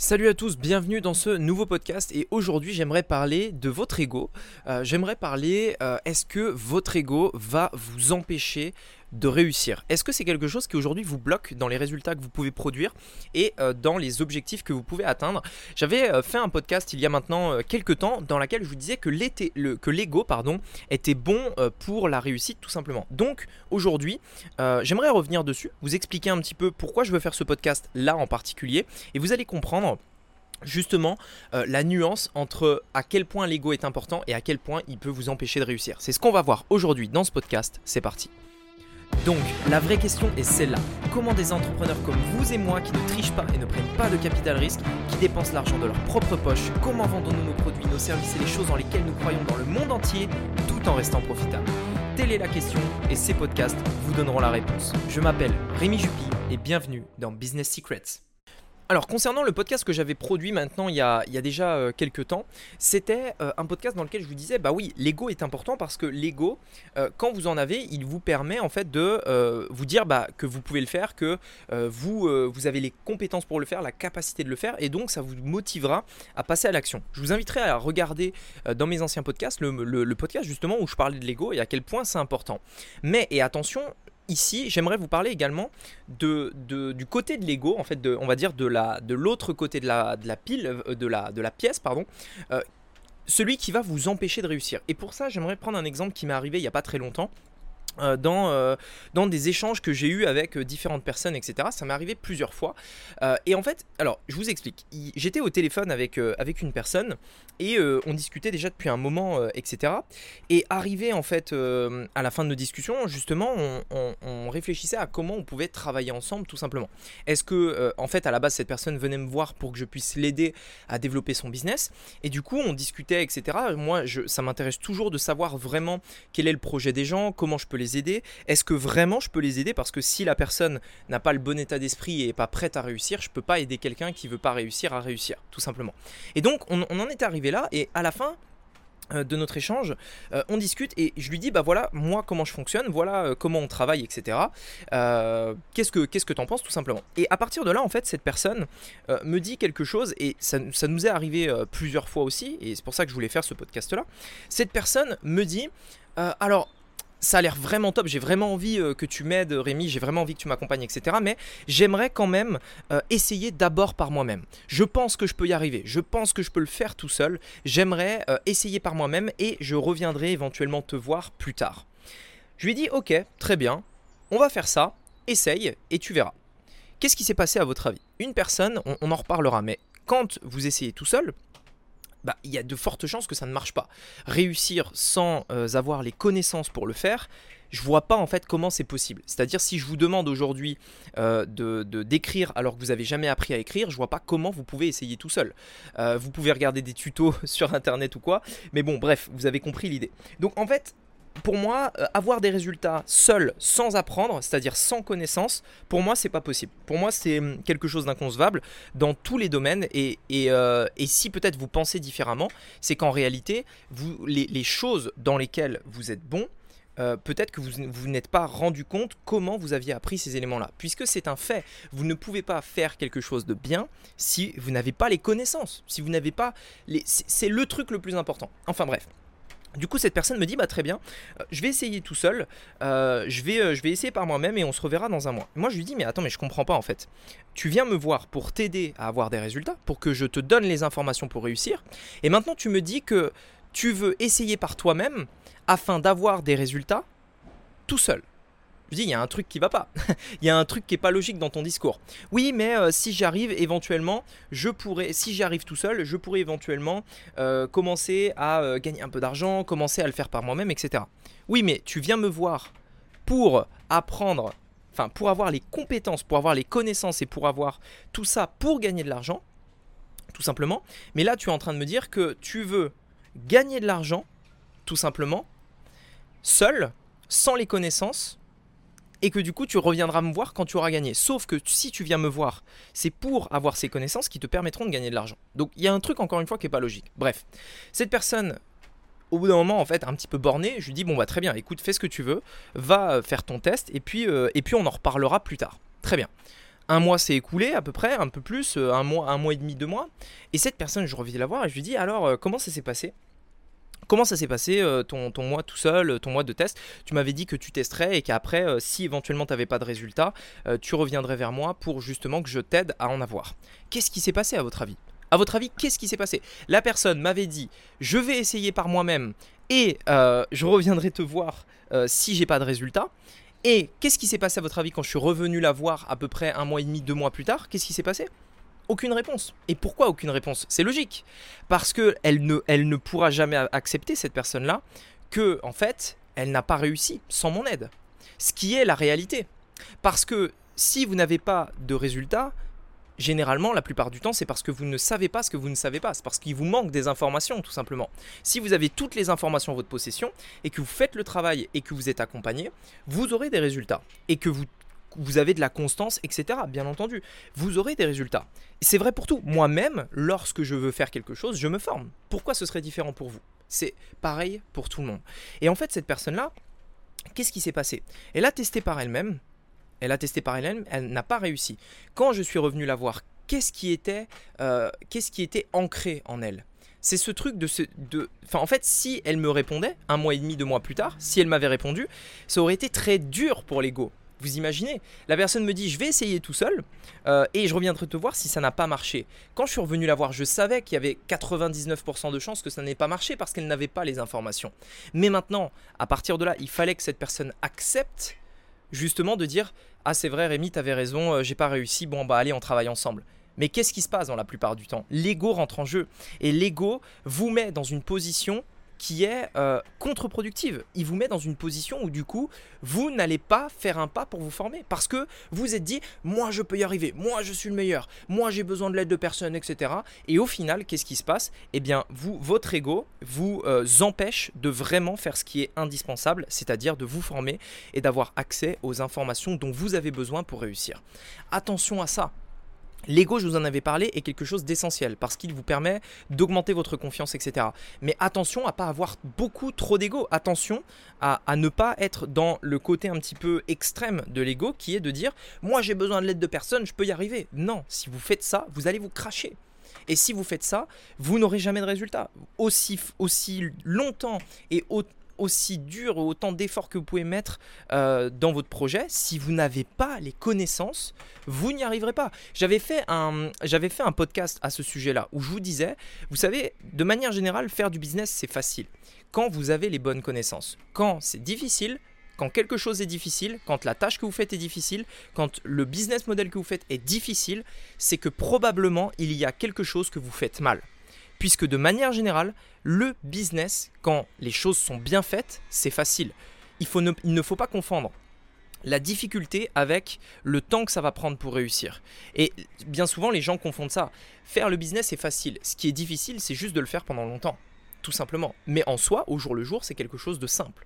Salut à tous, bienvenue dans ce nouveau podcast et aujourd'hui j'aimerais parler de votre ego. J'aimerais parler, est-ce que votre ego va vous empêcher de réussir? Est-ce que c'est quelque chose qui aujourd'hui vous bloque dans les résultats que vous pouvez produire et dans les objectifs que vous pouvez atteindre? J'avais fait un podcast il y a maintenant quelques temps dans lequel je vous disais que l'ego était bon pour la réussite tout simplement. Donc aujourd'hui j'aimerais revenir dessus, vous expliquer un petit peu pourquoi je veux faire ce podcast là en particulier et vous allez comprendre justement la nuance entre à quel point l'ego est important et à quel point il peut vous empêcher de réussir. C'est ce qu'on va voir aujourd'hui dans ce podcast, c'est parti. Donc, la vraie question est celle-là. Comment des entrepreneurs comme vous et moi qui ne trichent pas et ne prennent pas de capital risque, qui dépensent l'argent de leur propre poche, comment vendons-nous nos produits, nos services et les choses dans lesquelles nous croyons dans le monde entier, tout en restant profitables? Telle est la question et ces podcasts vous donneront la réponse. Je m'appelle Rémi Jupy et bienvenue dans Business Secrets. Alors concernant le podcast que j'avais produit maintenant il y a déjà quelques temps, c'était un podcast dans lequel je vous disais bah oui, l'ego est important parce que l'ego, quand vous en avez, il vous permet en fait de vous dire que vous pouvez le faire, que vous avez les compétences pour le faire, la capacité de le faire et donc ça vous motivera à passer à l'action. Je vous inviterai à regarder dans mes anciens podcasts le podcast justement où je parlais de l'ego et à quel point c'est important. Mais et attention, ici, j'aimerais vous parler également du côté de l'ego, en fait, on va dire de l'autre côté de la pile, de la pièce, pardon, celui qui va vous empêcher de réussir. Et pour ça, j'aimerais prendre un exemple qui m'est arrivé il n'y a pas très longtemps. Dans des échanges que j'ai eus avec différentes personnes, etc. Ça m'est arrivé plusieurs fois. Et en fait, alors je vous explique. J'étais au téléphone avec une personne et on discutait déjà depuis un moment, etc. Et arrivé en fait à la fin de nos discussions, justement, on réfléchissait à comment on pouvait travailler ensemble, tout simplement. Est-ce que, en fait, à la base, cette personne venait me voir pour que je puisse l'aider à développer son business? Et du coup, on discutait, etc. Moi, ça m'intéresse toujours de savoir vraiment quel est le projet des gens, comment je peux les aider. Est-ce que vraiment je peux les aider? Parce que si la personne n'a pas le bon état d'esprit et n'est pas prête à réussir, je ne peux pas aider quelqu'un qui ne veut pas réussir à réussir, tout simplement. Et donc on en est arrivé là et à la fin de notre échange, on discute et je lui dis bah voilà moi comment je fonctionne, voilà comment on travaille, etc. Qu'est-ce que t'en penses tout simplement? Et à partir de là en fait cette personne me dit quelque chose et ça nous est arrivé plusieurs fois aussi et c'est pour ça que je voulais faire ce podcast là. Cette personne me dit alors ça a l'air vraiment top, j'ai vraiment envie que tu m'aides Rémi, j'ai vraiment envie que tu m'accompagnes, etc. Mais j'aimerais quand même essayer d'abord par moi-même. Je pense que je peux y arriver, je pense que je peux le faire tout seul. J'aimerais essayer par moi-même et je reviendrai éventuellement te voir plus tard. Je lui ai dit ok, très bien, on va faire ça, essaye et tu verras. Qu'est-ce qui s'est passé à votre avis? Une personne, on en reparlera, mais quand vous essayez tout seul, il y a de fortes chances que ça ne marche pas. Réussir sans avoir les connaissances pour le faire, je vois pas en fait comment c'est possible. C'est-à-dire si je vous demande aujourd'hui d'écrire alors que vous n'avez jamais appris à écrire, je vois pas comment vous pouvez essayer tout seul. Vous pouvez regarder des tutos sur internet ou quoi, mais bon bref, vous avez compris l'idée. Donc en fait, pour moi, avoir des résultats seul, sans apprendre, c'est-à-dire sans connaissance, pour moi, c'est pas possible. Pour moi, c'est quelque chose d'inconcevable dans tous les domaines. Et si peut-être vous pensez différemment, c'est qu'en réalité, les choses dans lesquelles vous êtes bon, peut-être que vous n'êtes pas rendu compte comment vous aviez appris ces éléments-là. Puisque c'est un fait, vous ne pouvez pas faire quelque chose de bien si vous n'avez pas les connaissances. Si vous n'avez pas c'est le truc le plus important. Enfin bref. Du coup cette personne me dit très bien, je vais essayer tout seul, je vais essayer par moi-même et on se reverra dans un mois. Moi je lui dis mais attends mais je comprends pas en fait. Tu viens me voir pour t'aider à avoir des résultats, pour que je te donne les informations pour réussir et maintenant tu me dis que tu veux essayer par toi-même afin d'avoir des résultats tout seul. Je dis, il y a un truc qui va pas. Il y a un truc qui est pas logique dans ton discours. Oui, mais si j'arrive éventuellement, si j'arrive tout seul, je pourrais éventuellement commencer à gagner un peu d'argent, commencer à le faire par moi-même, etc. Oui, mais tu viens me voir pour apprendre, pour avoir les compétences, pour avoir les connaissances et pour avoir tout ça pour gagner de l'argent, tout simplement. Mais là, tu es en train de me dire que tu veux gagner de l'argent, tout simplement, seul, sans les connaissances, et que du coup tu reviendras me voir quand tu auras gagné. Sauf que si tu viens me voir, c'est pour avoir ces connaissances qui te permettront de gagner de l'argent. Donc il y a un truc encore une fois qui n'est pas logique. Bref, cette personne, au bout d'un moment en fait un petit peu borné, je lui dis très bien, écoute, fais ce que tu veux, va faire ton test et puis on en reparlera plus tard. Très bien. Un mois s'est écoulé à peu près, un peu plus, un mois et demi, 2 mois. Et cette personne, je reviens la voir et je lui dis alors comment ça s'est passé? Comment ça s'est passé ton mois tout seul, ton mois de test? Tu m'avais dit que tu testerais et qu'après, si éventuellement tu n'avais pas de résultat, tu reviendrais vers moi pour justement que je t'aide à en avoir. Qu'est-ce qui s'est passé à votre avis? À votre avis, qu'est-ce qui s'est passé? La personne m'avait dit je vais essayer par moi-même et je reviendrai te voir si j'ai pas de résultat. Et qu'est-ce qui s'est passé à votre avis quand je suis revenu la voir à peu près un mois et demi, 2 mois plus tard? Qu'est-ce qui s'est passé? Aucune réponse. Et pourquoi aucune réponse? C'est logique. Parce qu'elle ne pourra jamais accepter, cette personne-là, que, en fait, elle n'a pas réussi sans mon aide. Ce qui est la réalité. Parce que si vous n'avez pas de résultat, généralement, la plupart du temps, c'est parce que vous ne savez pas ce que vous ne savez pas. C'est parce qu'il vous manque des informations, tout simplement. Si vous avez toutes les informations en votre possession et que vous faites le travail et que vous êtes accompagné, vous aurez des résultats. Et que vous avez de la constance, etc. Bien entendu, vous aurez des résultats. C'est vrai pour tout. Moi-même, lorsque je veux faire quelque chose, je me forme. Pourquoi ce serait différent pour vous? C'est pareil pour tout le monde. Et en fait, cette personne-là, qu'est-ce qui s'est passé? Elle a testé par elle-même. Elle n'a pas réussi. Quand je suis revenu la voir, qu'est-ce qui était ancré en elle? C'est ce truc en fait, si elle me répondait, un mois et demi, 2 mois plus tard, si elle m'avait répondu, ça aurait été très dur pour l'ego. Vous imaginez? La personne me dit je vais essayer tout seul et je reviendrai te voir si ça n'a pas marché. Quand je suis revenu la voir, je savais qu'il y avait 99% de chances que ça n'ait pas marché parce qu'elle n'avait pas les informations. Mais maintenant, à partir de là, il fallait que cette personne accepte justement de dire ah c'est vrai Rémi, t'avais raison, j'ai pas réussi, bon bah allez on travaille ensemble. Mais qu'est-ce qui se passe dans la plupart du temps? L'ego rentre en jeu et l'ego vous met dans une position qui est contre-productive. Il vous met dans une position où du coup, vous n'allez pas faire un pas pour vous former parce que vous êtes dit, moi je peux y arriver, moi je suis le meilleur, moi j'ai besoin de l'aide de personne, etc. Et au final, qu'est-ce qui se passe? Eh bien, votre ego vous empêche de vraiment faire ce qui est indispensable, c'est-à-dire de vous former et d'avoir accès aux informations dont vous avez besoin pour réussir. Attention à ça. L'ego, je vous en avais parlé, est quelque chose d'essentiel parce qu'il vous permet d'augmenter votre confiance, etc. Mais attention à ne pas avoir trop d'ego. Attention à ne pas être dans le côté un petit peu extrême de l'ego qui est de dire « moi j'ai besoin de l'aide de personne, je peux y arriver ». Non, si vous faites ça, vous allez vous cracher. Et si vous faites ça, vous n'aurez jamais de résultat. Aussi longtemps et aussi dur, autant d'efforts que vous pouvez mettre dans votre projet, si vous n'avez pas les connaissances, vous n'y arriverez pas. J'avais fait un podcast à ce sujet-là où je vous disais, vous savez, de manière générale, faire du business, c'est facile quand vous avez les bonnes connaissances. Quand c'est difficile, quand quelque chose est difficile, quand la tâche que vous faites est difficile, quand le business model que vous faites est difficile, c'est que probablement il y a quelque chose que vous faites mal. Puisque de manière générale, le business, quand les choses sont bien faites, c'est facile. Il ne faut pas confondre la difficulté avec le temps que ça va prendre pour réussir. Et bien souvent, les gens confondent ça. Faire le business est facile. Ce qui est difficile, c'est juste de le faire pendant longtemps, tout simplement. Mais en soi, au jour le jour, c'est quelque chose de simple.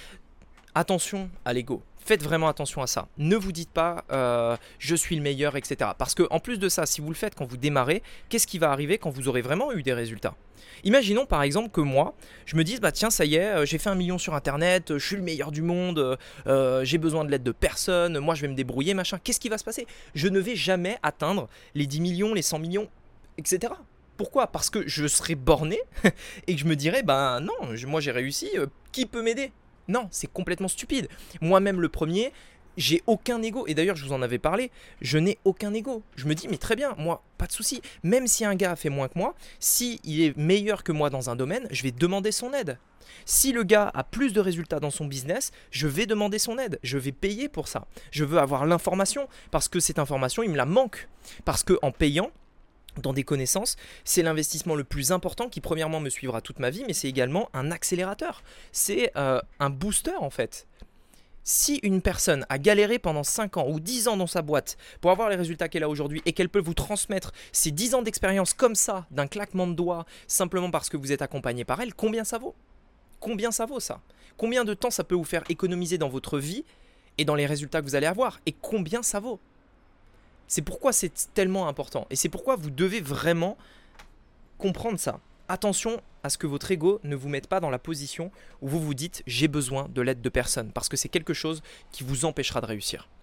Attention à l'ego. Faites vraiment attention à ça. Ne vous dites pas je suis le meilleur, etc. Parce qu'en plus de ça, si vous le faites quand vous démarrez, qu'est-ce qui va arriver quand vous aurez vraiment eu des résultats? Imaginons par exemple que moi, je me dise bah tiens ça y est, j'ai fait 1 million sur internet, je suis le meilleur du monde, j'ai besoin de l'aide de personne, moi je vais me débrouiller, machin. Qu'est-ce qui va se passer? Je ne vais jamais atteindre les 10 millions, les 100 millions, etc. Pourquoi? Parce que je serai borné et que je me dirais bah non, moi j'ai réussi, qui peut m'aider? Non, c'est complètement stupide. Moi-même le premier, j'ai aucun ego. Et d'ailleurs, je vous en avais parlé, je n'ai aucun ego. Je me dis, mais très bien, moi, pas de souci. Même si un gars a fait moins que moi, s'il est meilleur que moi dans un domaine, je vais demander son aide. Si le gars a plus de résultats dans son business, je vais demander son aide. Je vais payer pour ça. Je veux avoir l'information parce que cette information, il me la manque. Parce qu'en payant, dans des connaissances, c'est l'investissement le plus important qui premièrement me suivra toute ma vie, mais c'est également un accélérateur. C'est un booster en fait. Si une personne a galéré pendant 5 ans ou 10 ans dans sa boîte pour avoir les résultats qu'elle a aujourd'hui et qu'elle peut vous transmettre ces 10 ans d'expérience comme ça, d'un claquement de doigts, simplement parce que vous êtes accompagné par elle, combien ça vaut? Combien ça vaut ça? Combien de temps ça peut vous faire économiser dans votre vie et dans les résultats que vous allez avoir? Et combien ça vaut? C'est pourquoi c'est tellement important. Et c'est pourquoi vous devez vraiment comprendre ça. Attention à ce que votre ego ne vous mette pas dans la position où vous vous dites « j'ai besoin de l'aide de personne » parce que c'est quelque chose qui vous empêchera de réussir.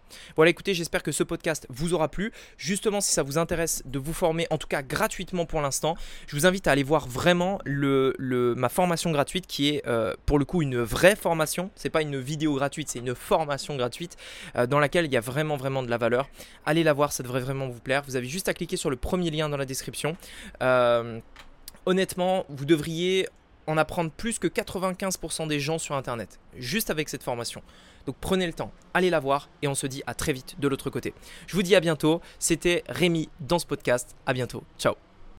Voilà, écoutez, j'espère que ce podcast vous aura plu. Justement, si ça vous intéresse de vous former, en tout cas gratuitement pour l'instant, je vous invite à aller voir vraiment ma formation gratuite qui est pour le coup une vraie formation. C'est pas une vidéo gratuite, c'est une formation gratuite dans laquelle il y a vraiment de la valeur. Allez la voir, ça devrait vraiment vous plaire. Vous avez juste à cliquer sur le premier lien dans la description. Honnêtement, vous devriez en apprendre plus que 95% des gens sur Internet, juste avec cette formation. Donc prenez le temps, allez la voir et on se dit à très vite de l'autre côté. Je vous dis à bientôt, c'était Rémi dans ce podcast, à bientôt, ciao.